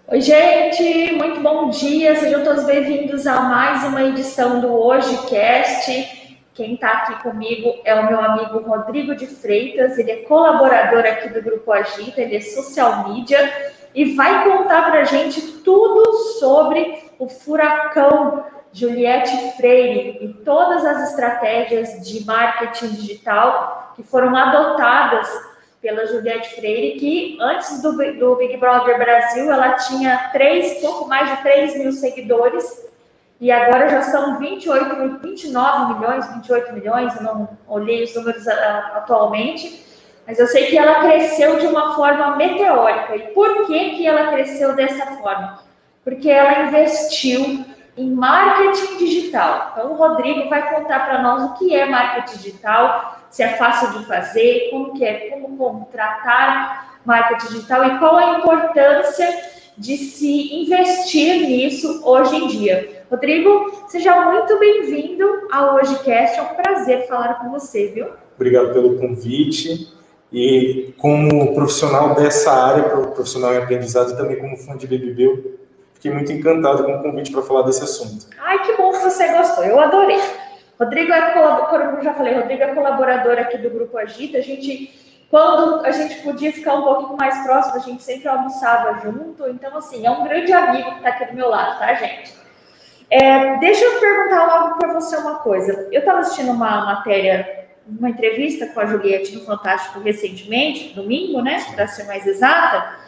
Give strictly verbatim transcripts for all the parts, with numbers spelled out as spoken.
Oi, gente, muito bom dia, sejam todos bem-vindos a mais uma edição do HojeCast. Quem está aqui comigo é o meu amigo Rodrigo de Freitas, ele é colaborador aqui do Grupo Agita, ele é social media e vai contar para a gente tudo sobre o furacão Juliette Freire e todas as estratégias de marketing digital que foram adotadas pela Juliette Freire, que antes do, do Big Brother Brasil, ela tinha três, pouco mais de três mil seguidores, e agora já são vinte e oito, vinte e nove milhões, vinte e oito milhões, eu não olhei os números atualmente, mas eu sei que ela cresceu de uma forma meteórica. E por que que ela cresceu dessa forma? Porque ela investiu em marketing digital. Então, o Rodrigo vai contar para nós o que é marketing digital, se é fácil de fazer, como que é, como contratar marketing digital e qual a importância de se investir nisso hoje em dia. Rodrigo, seja muito bem-vindo ao HojeCast, é um prazer falar com você, viu? Obrigado pelo convite. E como profissional dessa área, profissional em aprendizado e também como fã de B B B, eu fiquei muito encantado com o convite para falar desse assunto. Ai, que bom que você gostou, eu adorei. Rodrigo é, como eu já falei, Rodrigo é colaborador aqui do Grupo Agita. A gente, quando a gente podia ficar um pouquinho mais próximo, a gente sempre almoçava junto. Então, assim, é um grande amigo que está aqui do meu lado, tá, gente? É, deixa eu perguntar logo para você uma coisa. Eu estava assistindo uma matéria, uma entrevista com a Juliette no Fantástico recentemente, domingo, né, para ser mais exata,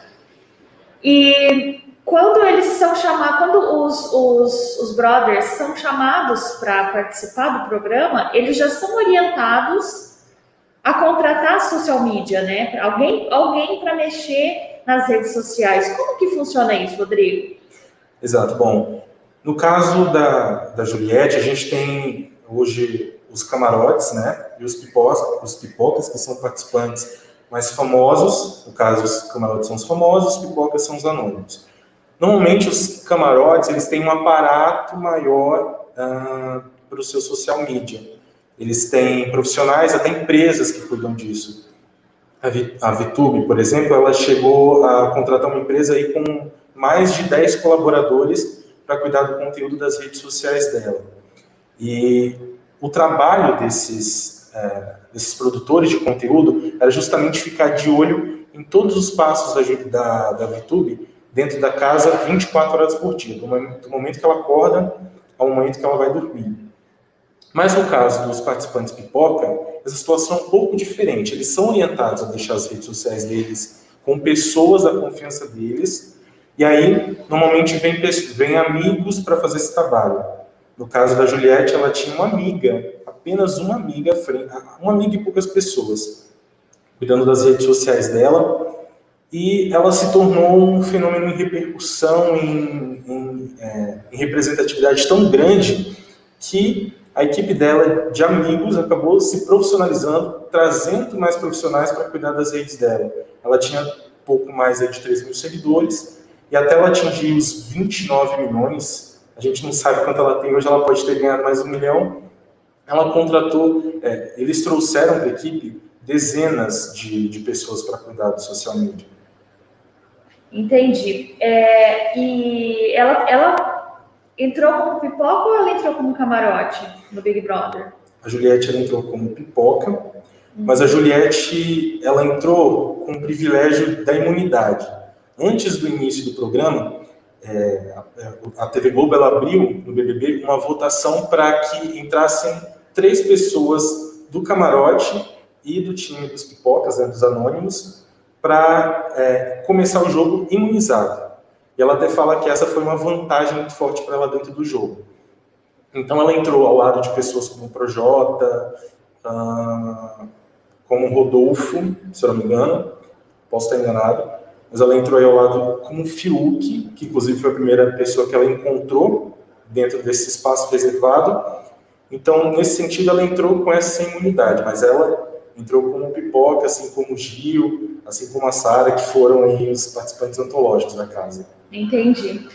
e quando eles são chamados, quando os, os, os brothers são chamados para participar do programa, eles já são orientados a contratar social media, né? Alguém, alguém para mexer nas redes sociais. Como que funciona isso, Rodrigo? Exato. Bom, no caso da, da Juliette, a gente tem hoje os camarotes, né? E os pipocas, os pipocas, que são participantes mais famosos. No caso, os camarotes são os famosos, os pipocas são os anônimos. Normalmente, os camarotes, eles têm um aparato maior uh, para o seu social media. Eles têm profissionais, até empresas que cuidam disso. A VTube, por exemplo, ela chegou a contratar uma empresa aí com mais de dez colaboradores para cuidar do conteúdo das redes sociais dela. E o trabalho desses, uh, desses produtores de conteúdo era justamente ficar de olho em todos os passos da, da, da VTube, dentro da casa, vinte e quatro horas por dia, do momento que ela acorda ao momento que ela vai dormir. Mas no caso dos participantes pipoca, essa situação é um pouco diferente. Eles são orientados a deixar as redes sociais deles com pessoas da confiança deles, e aí, normalmente, vem, vem amigos para fazer esse trabalho. No caso da Juliette, ela tinha uma amiga, apenas uma amiga, uma amiga e poucas pessoas, cuidando das redes sociais dela. E ela se tornou um fenômeno em repercussão, em, em, é, em representatividade tão grande que a equipe dela, de amigos, acabou se profissionalizando, trazendo mais profissionais para cuidar das redes dela. Ela tinha pouco mais de três mil seguidores, e até ela atingir os vinte e nove milhões, a gente não sabe quanto ela tem hoje, ela pode ter ganhado mais um milhão, ela contratou, é, eles trouxeram para a equipe dezenas de, de pessoas para cuidar do social media. Entendi. É, e ela, ela entrou como pipoca ou ela entrou como camarote no Big Brother? A Juliette ela entrou como pipoca, hum. mas a Juliette ela entrou com o privilégio da imunidade. Antes do início do programa, é, a T V Globo ela abriu no B B B uma votação para que entrassem três pessoas do camarote e do time dos pipocas, né, dos anônimos, para é, começar o jogo imunizado. E ela até fala que essa foi uma vantagem muito forte para ela dentro do jogo. Então ela entrou ao lado de pessoas como o Projota, uh, como o Rodolfo, se eu não me engano, posso estar enganado, mas ela entrou aí ao lado como o Fiuk, que inclusive foi a primeira pessoa que ela encontrou dentro desse espaço reservado. Então, nesse sentido, ela entrou com essa imunidade, mas ela entrou como pipoca, assim como o Gil, assim como a Sara, que foram aí os participantes antológicos da casa. Entendi.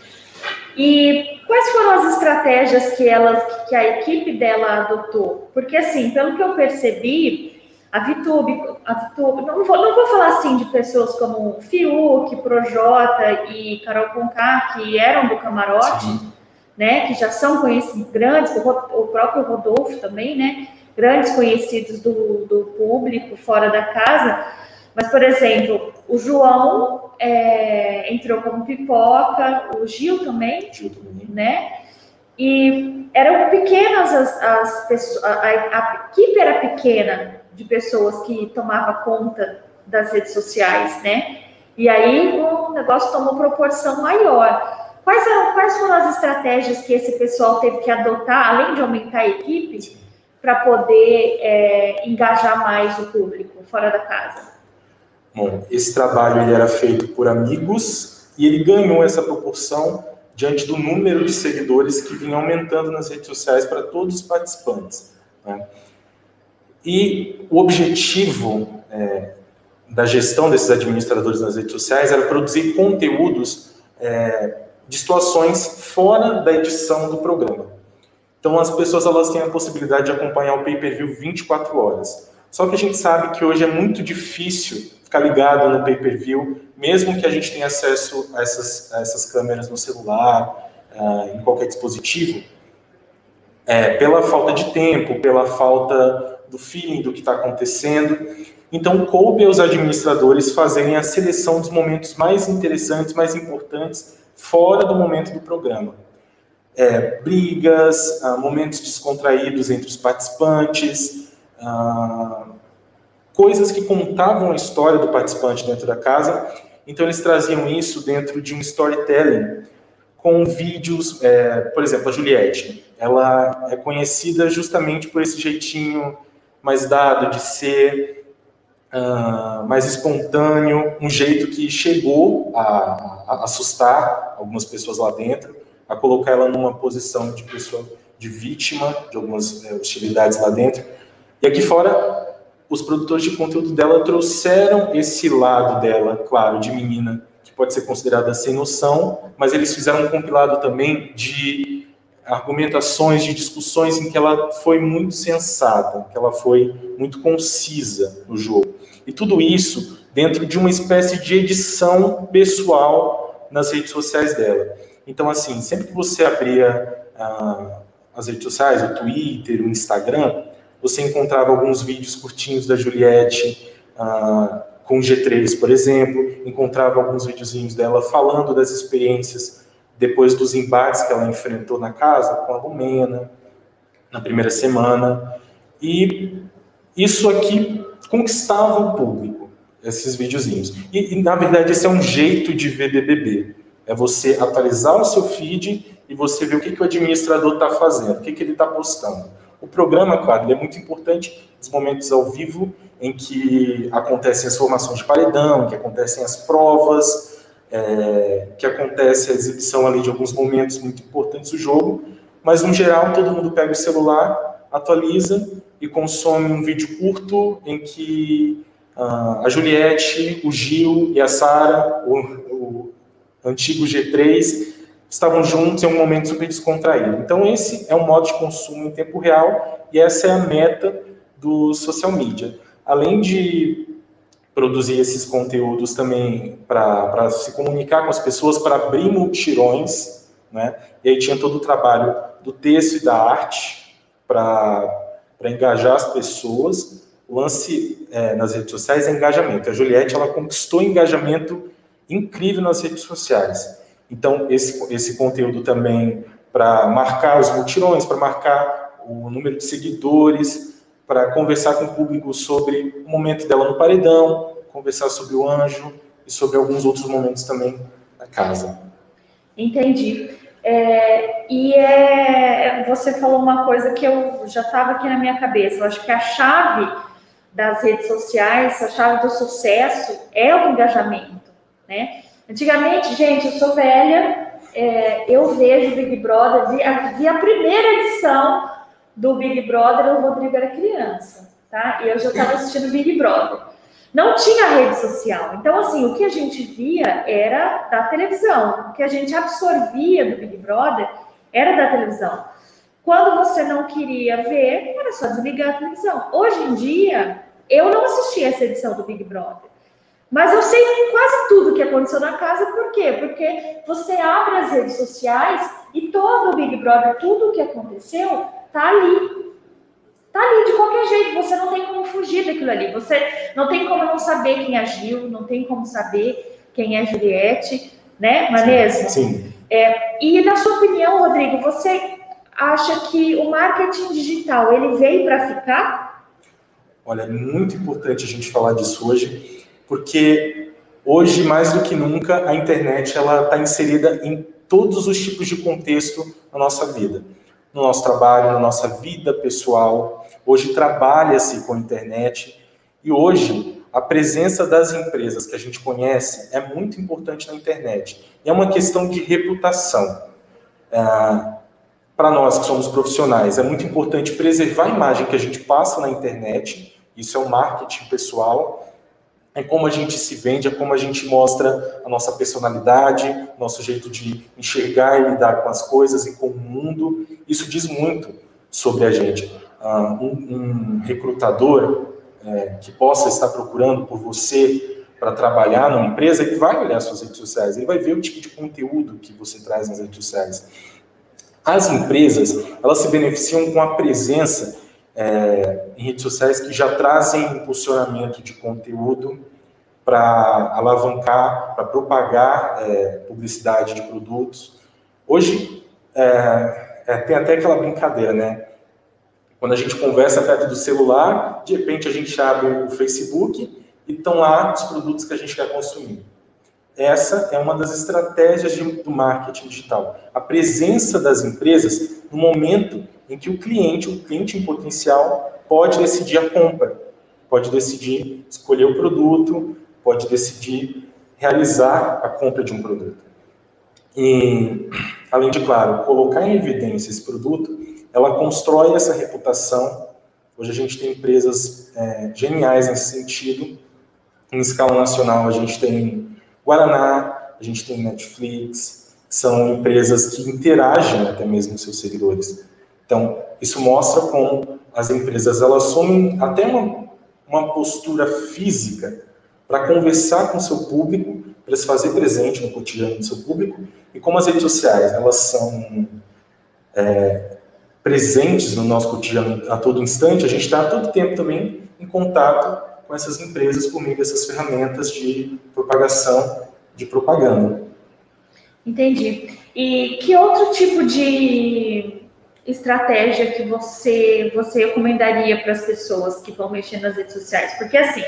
E quais foram as estratégias que, ela, que a equipe dela adotou? Porque, assim, pelo que eu percebi, A VTube, a VTube não, vou, não vou falar assim de pessoas como Fiuk, Projota e Carol Conká, que eram do camarote, sim, né, que já são conhecidos, grandes, o, o próprio Rodolfo também, né, grandes conhecidos do, do público fora da casa. Mas, por exemplo, o João é, entrou como pipoca, o Gil também, Gil também, né? E eram pequenas as, as pessoas, a, a equipe era pequena de pessoas que tomava conta das redes sociais, né? E aí o negócio tomou proporção maior. Quais, eram, quais foram as estratégias que esse pessoal teve que adotar, além de aumentar a equipe, para poder é, engajar mais o público fora da casa? Bom, esse trabalho ele era feito por amigos e ele ganhou essa proporção diante do número de seguidores que vinha aumentando nas redes sociais para todos os participantes, né? E o objetivo é, da gestão desses administradores nas redes sociais era produzir conteúdos é, de situações fora da edição do programa. Então as pessoas elas têm a possibilidade de acompanhar o pay-per-view vinte e quatro horas. Só que a gente sabe que hoje é muito difícil ficar ligado no pay-per-view, mesmo que a gente tenha acesso a essas, a essas câmeras no celular, uh, em qualquer dispositivo, é, pela falta de tempo, pela falta do feeling do que está acontecendo. Então, coube aos administradores fazerem a seleção dos momentos mais interessantes, mais importantes, fora do momento do programa. É, brigas, uh, momentos descontraídos entre os participantes, uh, coisas que contavam a história do participante dentro da casa. Então, eles traziam isso dentro de um storytelling, com vídeos, é, por exemplo, a Juliette. Ela é conhecida justamente por esse jeitinho mais dado de ser, uh, mais espontâneo, um jeito que chegou a, a assustar algumas pessoas lá dentro, a colocar ela numa posição de pessoa, de vítima de algumas é, hostilidades lá dentro. E aqui fora, os produtores de conteúdo dela trouxeram esse lado dela, claro, de menina, que pode ser considerada sem noção, mas eles fizeram um compilado também de argumentações, de discussões em que ela foi muito sensata, que ela foi muito concisa no jogo. E tudo isso dentro de uma espécie de edição pessoal nas redes sociais dela. Então, assim, sempre que você abria ah, as redes sociais, o Twitter, o Instagram, você encontrava alguns vídeos curtinhos da Juliette, ah, com o G três, por exemplo, encontrava alguns videozinhos dela falando das experiências depois dos embates que ela enfrentou na casa com a Lumena, na primeira semana. E isso aqui conquistava o público, esses videozinhos. E, e, na verdade, esse é um jeito de ver B B B. É você atualizar o seu feed e você ver o que, que o administrador está fazendo, o que, que ele está postando. O programa, claro, ele é muito importante nos momentos ao vivo em que acontecem as formações de paredão, que acontecem as provas, é, que acontece a exibição ali de alguns momentos muito importantes do jogo, mas, no geral, todo mundo pega o celular, atualiza e consome um vídeo curto em que uh, a Juliette, o Gil e a Sara, o, o antigo G três, estavam juntos em um momento super descontraído. Então, esse é um modo de consumo em tempo real e essa é a meta do social media. Além de produzir esses conteúdos também para se comunicar com as pessoas, para abrir multirões, né? E aí tinha todo o trabalho do texto e da arte para engajar as pessoas. O lance é, nas redes sociais é engajamento. A Juliette, ela conquistou engajamento incrível nas redes sociais. Então, esse, esse conteúdo também para marcar os multirões, para marcar o número de seguidores, para conversar com o público sobre o momento dela no paredão, conversar sobre o anjo e sobre alguns outros momentos também na casa. Entendi. É, e é, você falou uma coisa que eu já estava aqui na minha cabeça. Eu acho que a chave das redes sociais, a chave do sucesso é o engajamento, né? Antigamente, gente, eu sou velha, é, eu vejo Big Brother, vi a, vi a primeira edição do Big Brother, o Rodrigo era criança, tá? E eu já estava assistindo Big Brother. Não tinha rede social. Então, assim, o que a gente via era da televisão. O que a gente absorvia do Big Brother era da televisão. Quando você não queria ver, era só desligar a televisão. Hoje em dia, Eu não assisti essa edição do Big Brother, mas eu sei quase tudo que aconteceu na casa. Por quê? Porque você abre as redes sociais e todo o Big Brother, tudo o que aconteceu, tá ali. Tá ali de qualquer jeito, você não tem como fugir daquilo ali. Você não tem como não saber quem agiu, não tem como saber quem é a Juliette, né? Não é mesmo? Sim. É, e na sua opinião, Rodrigo, você acha que o marketing digital, ele veio para ficar? Olha, é muito importante a gente falar disso hoje, porque hoje, mais do que nunca, a internet ela está inserida em todos os tipos de contexto na nossa vida. No nosso trabalho, na nossa vida pessoal. Hoje trabalha-se com a internet e hoje a presença das empresas que a gente conhece é muito importante na internet. E é uma questão de reputação. É, para nós que somos profissionais, é muito importante preservar a imagem que a gente passa na internet. Isso é o marketing pessoal. É como a gente se vende, é como a gente mostra a nossa personalidade, nosso jeito de enxergar e lidar com as coisas e com o mundo. Isso diz muito sobre a gente. Uh, um, um recrutador é, que possa estar procurando por você para trabalhar numa empresa, ele vai olhar suas redes sociais, ele vai ver o tipo de conteúdo que você traz nas redes sociais. As empresas, elas se beneficiam com a presença É, em redes sociais que já trazem impulsionamento de conteúdo para alavancar, para propagar é, publicidade de produtos. Hoje, é, é, tem até aquela brincadeira, né? Quando a gente conversa perto do celular, de repente a gente abre o Facebook e estão lá os produtos que a gente quer consumir. Essa é uma das estratégias de, do marketing digital. A presença das empresas no momento em que o cliente, o cliente em potencial, pode decidir a compra, pode decidir escolher o produto, pode decidir realizar a compra de um produto. E, além de, claro, colocar em evidência esse produto, ela constrói essa reputação. Hoje a gente tem empresas é, geniais nesse sentido. Em escala nacional, a gente tem Guaraná, a gente tem Netflix, são empresas que interagem até mesmo com seus seguidores. Então, isso mostra como as empresas elas assumem até uma, uma postura física para conversar com o seu público, para se fazer presente no cotidiano do seu público, e como as redes sociais elas são é, presentes no nosso cotidiano a todo instante, a gente está a todo tempo também em contato com essas empresas por meio dessas ferramentas de propagação, de propaganda. Entendi. E que outro tipo de estratégia que você, você recomendaria para as pessoas que vão mexer nas redes sociais? Porque, assim,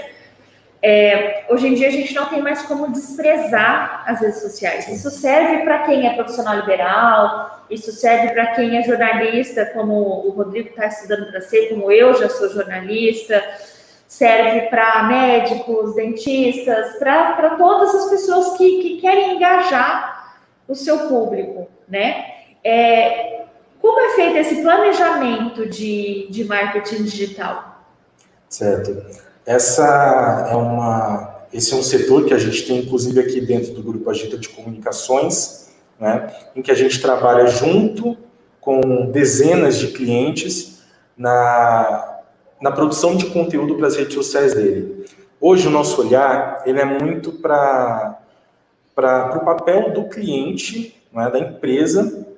é, hoje em dia a gente não tem mais como desprezar as redes sociais. Isso serve para quem é profissional liberal, isso serve para quem é jornalista, como o Rodrigo está estudando para ser, como eu já sou jornalista, serve para médicos, dentistas, para todas as pessoas que, que querem engajar o seu público, né? É, como é feito esse planejamento de, de marketing digital? Certo. Essa é uma, esse é um setor que a gente tem, inclusive, aqui dentro do Grupo Agita de Comunicações, né, em que a gente trabalha junto com dezenas de clientes na, na produção de conteúdo para as redes sociais dele. Hoje, o nosso olhar ele é muito para para o papel do cliente, né, da empresa,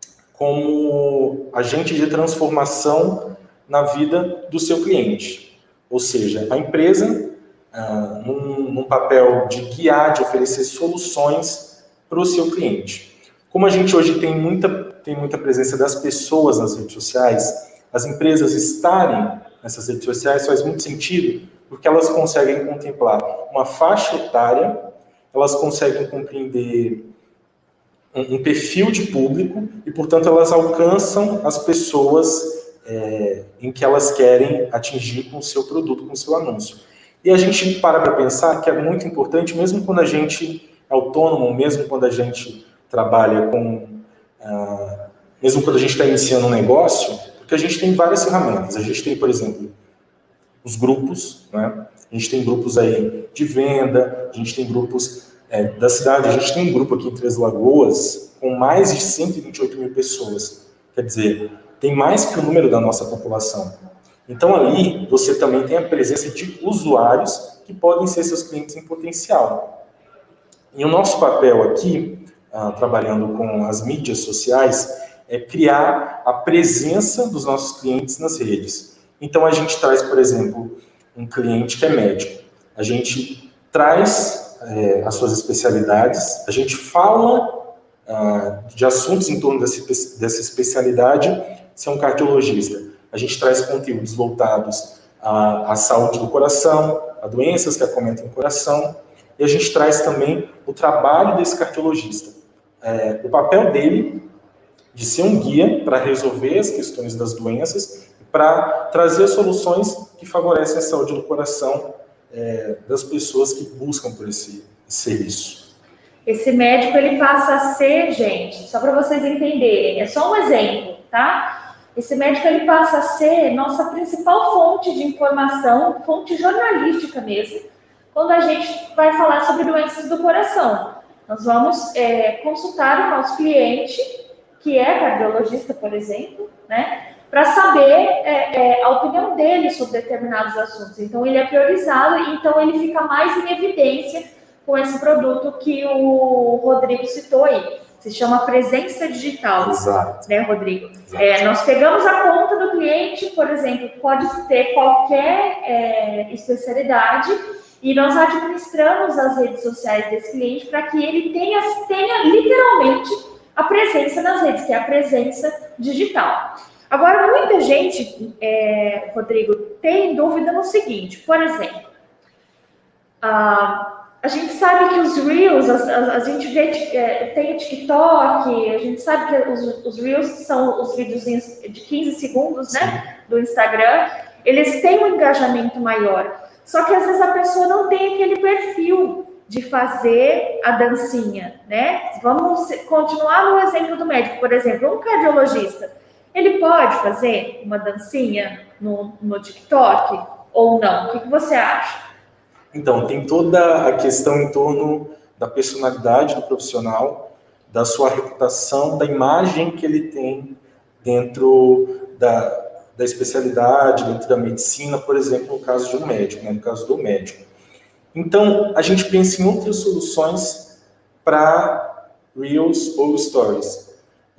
como agente de transformação na vida do seu cliente. Ou seja, a empresa, ah, num, num papel de guiar, de oferecer soluções para o seu cliente. Como a gente hoje tem muita, tem muita presença das pessoas nas redes sociais, as empresas estarem nessas redes sociais faz muito sentido, porque elas conseguem contemplar uma faixa etária, elas conseguem compreender um, um perfil de público e, portanto, elas alcançam as pessoas é, em que elas querem atingir com o seu produto, com o seu anúncio. E a gente para para pensar que é muito importante, mesmo quando a gente é autônomo, mesmo quando a gente trabalha com... Ah, mesmo quando a gente está iniciando um negócio, porque a gente tem várias ferramentas. A gente tem, por exemplo, os grupos, né? A gente tem grupos aí de venda, a gente tem grupos é, da cidade, a gente tem um grupo aqui em Três Lagoas com mais de cento e vinte e oito mil pessoas. Quer dizer, tem mais que o número da nossa população. Então, ali, você também tem a presença de usuários que podem ser seus clientes em potencial. E o nosso papel aqui, ah, trabalhando com as mídias sociais, é criar a presença dos nossos clientes nas redes. Então, a gente traz, por exemplo, um cliente que é médico. A gente traz é, as suas especialidades, a gente fala ah, de assuntos em torno dessa, dessa especialidade. Se é um cardiologista, a gente traz conteúdos voltados à, à saúde do coração, a doenças que acometem o coração, e a gente traz também o trabalho desse cardiologista. É, o papel dele de ser um guia para resolver as questões das doenças, para trazer soluções que favorecem a saúde do coração é, das pessoas que buscam por esse, esse serviço. Esse médico, ele passa a ser, gente, só para vocês entenderem, é só um exemplo, tá? Esse médico, ele passa a ser nossa principal fonte de informação, fonte jornalística mesmo, quando a gente vai falar sobre doenças do coração. Nós vamos é, consultar o nosso cliente, que é cardiologista, por exemplo, né, para saber é, é, a opinião dele sobre determinados assuntos. Então, ele é priorizado e então ele fica mais em evidência com esse produto que o Rodrigo citou aí. Se chama presença digital. Exato. Né, Rodrigo? É, nós pegamos a conta do cliente, por exemplo, pode ter qualquer é, especialidade, e nós administramos as redes sociais desse cliente para que ele tenha, tenha literalmente a presença nas redes, que é a presença digital. Agora, muita gente, é, Rodrigo, tem dúvida no seguinte, por exemplo, a, a gente sabe que os Reels, a, a, a gente vê, é, tem o TikTok, a gente sabe que os, os Reels são os videozinhos de quinze segundos, né, do Instagram, eles têm um engajamento maior. Só que às vezes a pessoa não tem aquele perfil de fazer a dancinha, né? Vamos continuar no exemplo do médico, por exemplo, um cardiologista, ele pode fazer uma dancinha no, no TikTok ou não? O que, que você acha? Então, tem toda a questão em torno da personalidade do profissional, da sua reputação, da imagem que ele tem dentro da, da especialidade, dentro da medicina, por exemplo, no caso de um médico, né? No caso do médico. Então, a gente pensa em outras soluções para Reels ou Stories.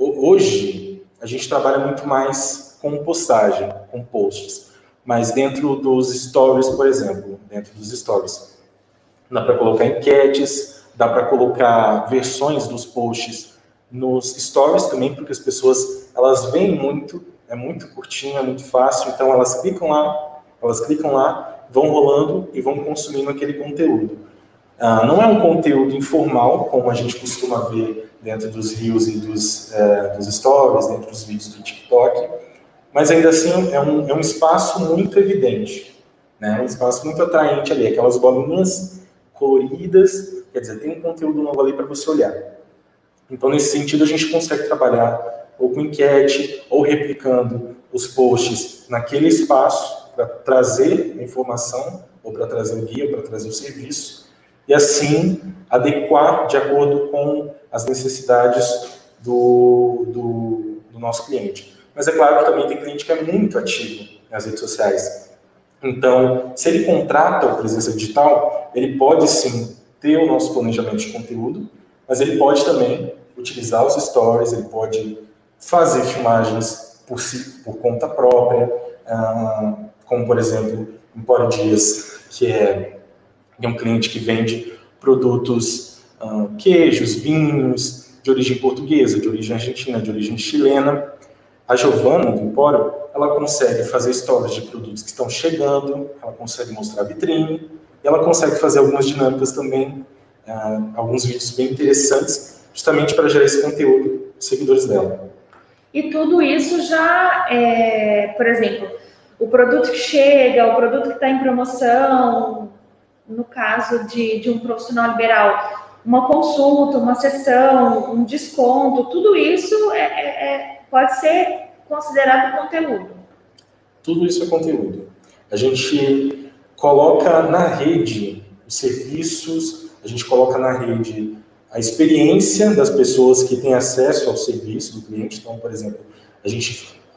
Hoje, a gente trabalha muito mais com postagem, com posts. Mas dentro dos Stories, por exemplo, dentro dos Stories, dá para colocar enquetes, dá para colocar versões dos posts nos Stories também, porque as pessoas, elas veem muito, é muito curtinho, é muito fácil, então elas clicam lá, elas clicam lá, vão rolando e vão consumindo aquele conteúdo. Ah, não é um conteúdo informal, como a gente costuma ver dentro dos Reels e dos, é, dos Stories, dentro dos vídeos do TikTok, mas ainda assim é um, é um espaço muito evidente, né? Um espaço muito atraente ali, aquelas bolinhas coloridas, quer dizer, tem um conteúdo novo ali para você olhar. Então, nesse sentido, a gente consegue trabalhar ou com enquete, ou replicando os posts naquele espaço, para trazer a informação, ou para trazer o guia, para trazer o serviço, e assim adequar de acordo com as necessidades do, do, do nosso cliente. Mas é claro que também tem cliente que é muito ativo nas redes sociais. Então, se ele contrata a presença digital, ele pode sim ter o nosso planejamento de conteúdo, mas ele pode também utilizar os stories, ele pode fazer filmagens por, si, por conta própria, ah, como, por exemplo, Empório Dias, que é, é um cliente que vende produtos, ah, queijos, vinhos, de origem portuguesa, de origem argentina, de origem chilena. A Giovana, do Empório, ela consegue fazer stories de produtos que estão chegando, ela consegue mostrar a vitrine, e ela consegue fazer algumas dinâmicas também, ah, alguns vídeos bem interessantes, justamente para gerar esse conteúdo dos seguidores dela. E tudo isso já, é, por exemplo, o produto que chega, o produto que está em promoção, no caso de, de um profissional liberal, uma consulta, uma sessão, um desconto, tudo isso é, é, é, pode ser considerado conteúdo. Tudo isso é conteúdo. A gente coloca na rede os serviços, a gente coloca na rede a experiência das pessoas que têm acesso ao serviço do cliente. Então, por exemplo, a gente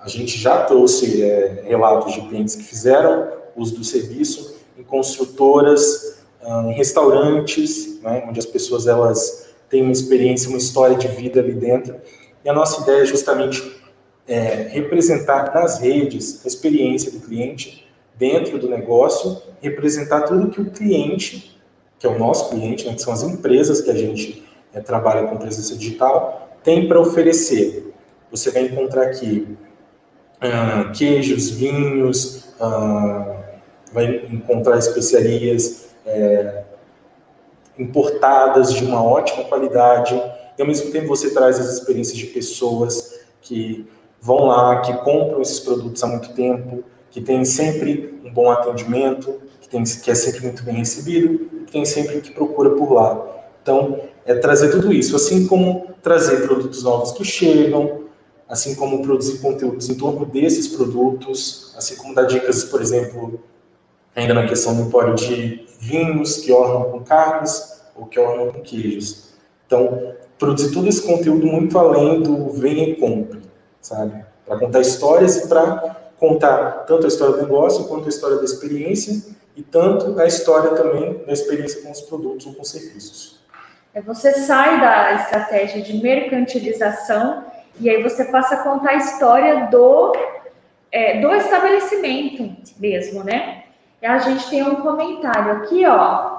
a gente já trouxe é, relatos de clientes que fizeram uso do serviço em construtoras, em restaurantes, né, onde as pessoas elas têm uma experiência, uma história de vida ali dentro. E a nossa ideia é justamente é, representar nas redes a experiência do cliente dentro do negócio, representar tudo que o cliente, que é o nosso cliente, né, que são as empresas que a gente é, trabalha com presença digital, tem para oferecer. Você vai encontrar aqui ah, queijos, vinhos, ah, vai encontrar especiarias é, importadas de uma ótima qualidade, e ao mesmo tempo você traz as experiências de pessoas que vão lá, que compram esses produtos há muito tempo, que tem sempre um bom atendimento, que, tem, que é sempre muito bem recebido, que tem sempre que procura por lá. Então, é trazer tudo isso, assim como trazer produtos novos que chegam, assim como produzir conteúdos em torno desses produtos, assim como dar dicas, por exemplo, ainda na questão do empório de vinhos que ornam com carnes ou que ornam com queijos. Então, produzir todo esse conteúdo muito além do venha e compre, sabe? Para contar histórias e para contar tanto a história do negócio quanto a história da experiência e tanto a história também da experiência com os produtos ou com os serviços. Você sai da estratégia de mercantilização e aí você passa a contar a história do, é, do estabelecimento mesmo, né? E a gente tem um comentário aqui, ó.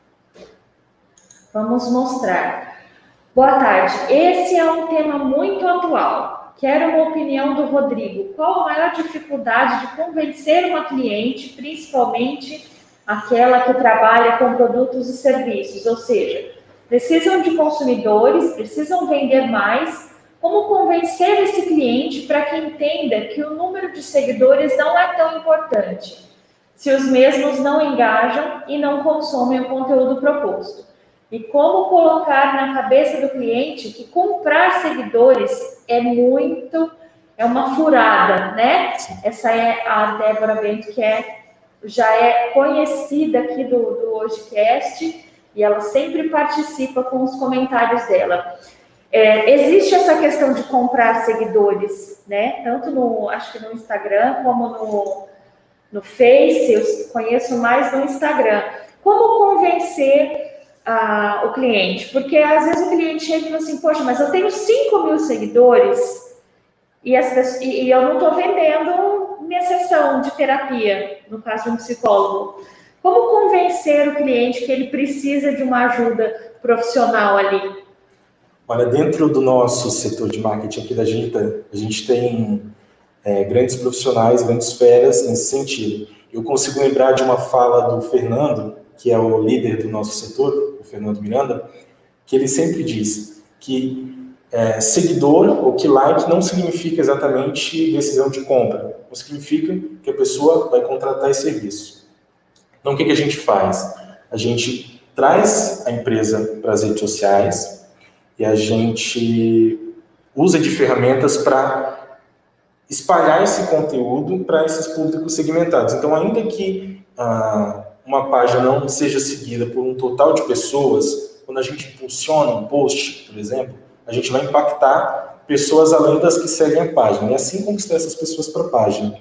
Vamos mostrar. Boa tarde. Esse é um tema muito atual. Quero uma opinião do Rodrigo. Qual a maior dificuldade de convencer uma cliente, principalmente aquela que trabalha com produtos e serviços? Ou seja, precisam de consumidores, precisam vender mais. Como convencer esse cliente para que entenda que o número de seguidores não é tão importante, se os mesmos não engajam e não consomem o conteúdo proposto? E como colocar na cabeça do cliente que comprar seguidores é muito, é uma furada, né? Essa é a Débora Bento, que é, já é conhecida aqui do, do HojeCast, e ela sempre participa com os comentários dela. É, existe essa questão de comprar seguidores, né? Tanto no, acho que no Instagram, como no, no Face, eu conheço mais no Instagram. Como convencer ah, o cliente? Porque às vezes o cliente chega e fala assim, poxa, mas eu tenho cinco mil seguidores e, as pessoas, e, e eu não estou vendendo minha sessão de terapia, no caso de um psicólogo. Como convencer o cliente que ele precisa de uma ajuda profissional ali? Olha, dentro do nosso setor de marketing aqui da Gita, a gente tem é, grandes profissionais, grandes feras nesse sentido. Eu consigo lembrar de uma fala do Fernando, que é o líder do nosso setor, o Fernando Miranda, que ele sempre diz que é, seguidor ou que like não significa exatamente decisão de compra, não significa que a pessoa vai contratar esse serviço. Então, o que, que a gente faz? A gente traz a empresa para as redes sociais, e a gente usa de ferramentas para espalhar esse conteúdo para esses públicos segmentados. Então, ainda que ah, uma página não seja seguida por um total de pessoas, quando a gente impulsiona um post, por exemplo, a gente vai impactar pessoas além das que seguem a página, e assim conquistar essas pessoas para a página.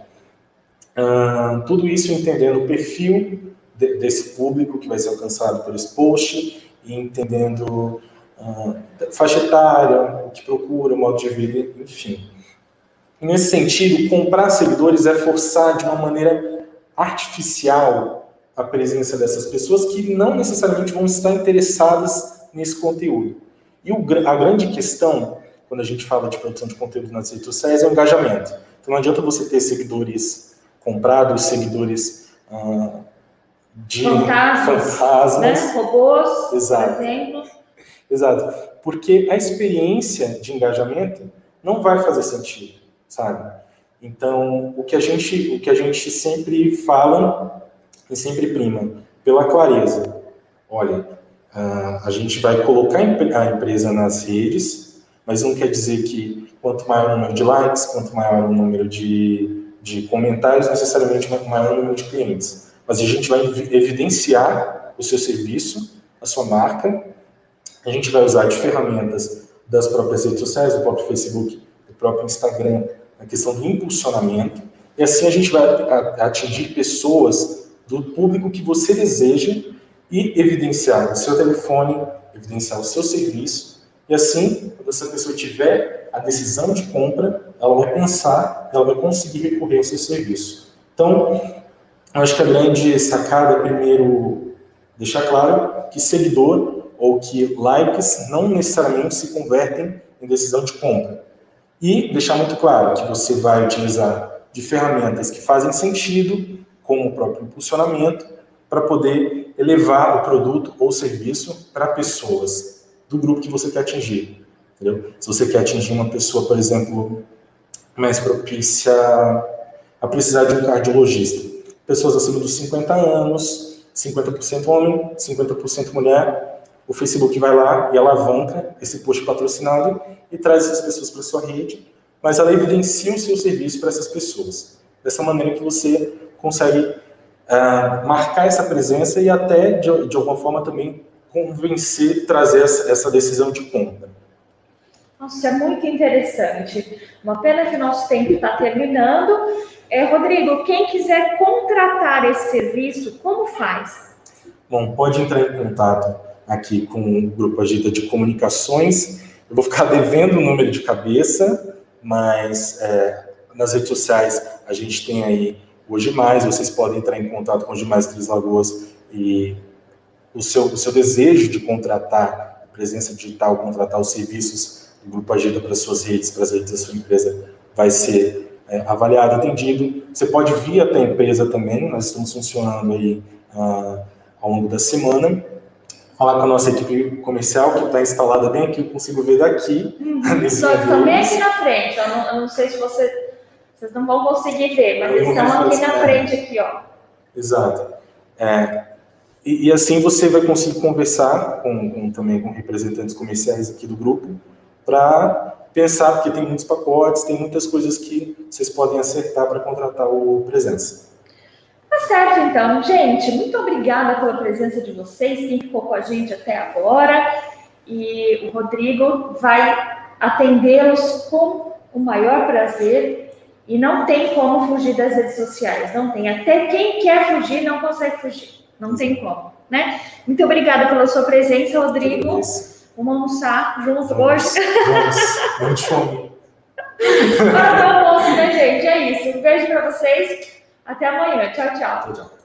Ah, tudo isso entendendo o perfil de, desse público que vai ser alcançado por esse post, e entendendo Uh, faixa etária, o que procura, o modo de vida, enfim. Nesse sentido, comprar seguidores é forçar de uma maneira artificial a presença dessas pessoas que não necessariamente vão estar interessadas nesse conteúdo. E o, a grande questão, quando a gente fala de produção de conteúdo nas redes sociais, é o engajamento. Então não adianta você ter seguidores comprados, seguidores uh, de fantasmas, fantasmas. Né? Robôs, Exato. por exemplo. Exato, porque a experiência de engajamento não vai fazer sentido, sabe? Então, o que a gente, o que a gente sempre fala e sempre prima, pela clareza. Olha, a gente vai colocar a empresa nas redes, mas não quer dizer que quanto maior o número de likes, quanto maior o número de, de comentários, necessariamente maior o número de clientes. Mas a gente vai evidenciar o seu serviço, a sua marca. A gente vai usar de ferramentas das próprias redes sociais, do próprio Facebook, do próprio Instagram, a questão do impulsionamento, e assim a gente vai atingir pessoas do público que você deseja e evidenciar o seu telefone, evidenciar o seu serviço, e assim, quando essa pessoa tiver a decisão de compra, ela vai pensar, ela vai conseguir recorrer ao seu serviço. Então, eu acho que a grande sacada é, primeiro, deixar claro que seguidor ou que likes não necessariamente se convertem em decisão de compra. E deixar muito claro que você vai utilizar de ferramentas que fazem sentido, como o próprio impulsionamento, para poder elevar o produto ou serviço para pessoas do grupo que você quer atingir. Entendeu? Se você quer atingir uma pessoa, por exemplo, mais propícia a precisar de um cardiologista, pessoas acima dos cinquenta anos, cinquenta por cento homem, cinquenta por cento mulher, o Facebook vai lá e alavanca esse post patrocinado e traz essas pessoas para sua rede, mas ela evidencia o seu serviço para essas pessoas. Dessa maneira que você consegue uh, marcar essa presença e até, de, de alguma forma, também convencer, trazer essa, essa decisão de compra. Nossa, é muito interessante. Uma pena que o nosso tempo está terminando. É, Rodrigo, quem quiser contratar esse serviço, como faz? Bom, pode entrar em contato aqui com o Grupo Agita de Comunicações. Eu vou ficar devendo o número de cabeça, mas é, nas redes sociais a gente tem aí o Ogimais, vocês podem entrar em contato com o Ogimais Três Lagoas e o seu, o seu desejo de contratar a presença digital, contratar os serviços do Grupo Agita para as suas redes, para as redes da sua empresa, vai ser é, avaliado, atendido. Você pode vir até a empresa também, nós estamos funcionando aí ah, ao longo da semana. Falar com a nossa equipe comercial, que está instalada bem aqui, eu consigo ver daqui. Uhum. Só também aqui na frente, eu não, eu não sei se você, vocês não vão conseguir ver, mas eles estão aqui na frente, aqui, ó. Exato. É, e, e assim você vai conseguir conversar com, com, também com representantes comerciais aqui do grupo, para pensar, porque tem muitos pacotes, tem muitas coisas que vocês podem acertar para contratar o Presença. Tá certo, então. Gente, muito obrigada pela presença de vocês, quem ficou com a gente até agora. E o Rodrigo vai atendê-los com o maior prazer. E não tem como fugir das redes sociais, não tem. Até quem quer fugir não consegue fugir. Não tem como, né? Muito obrigada pela sua presença, Rodrigo. Vamos almoçar juntos hoje. Vamos, vamos fome. Para o almoço, né, gente? É isso. Um beijo para vocês. Até amanhã. Tchau, tchau. Tchau, tchau.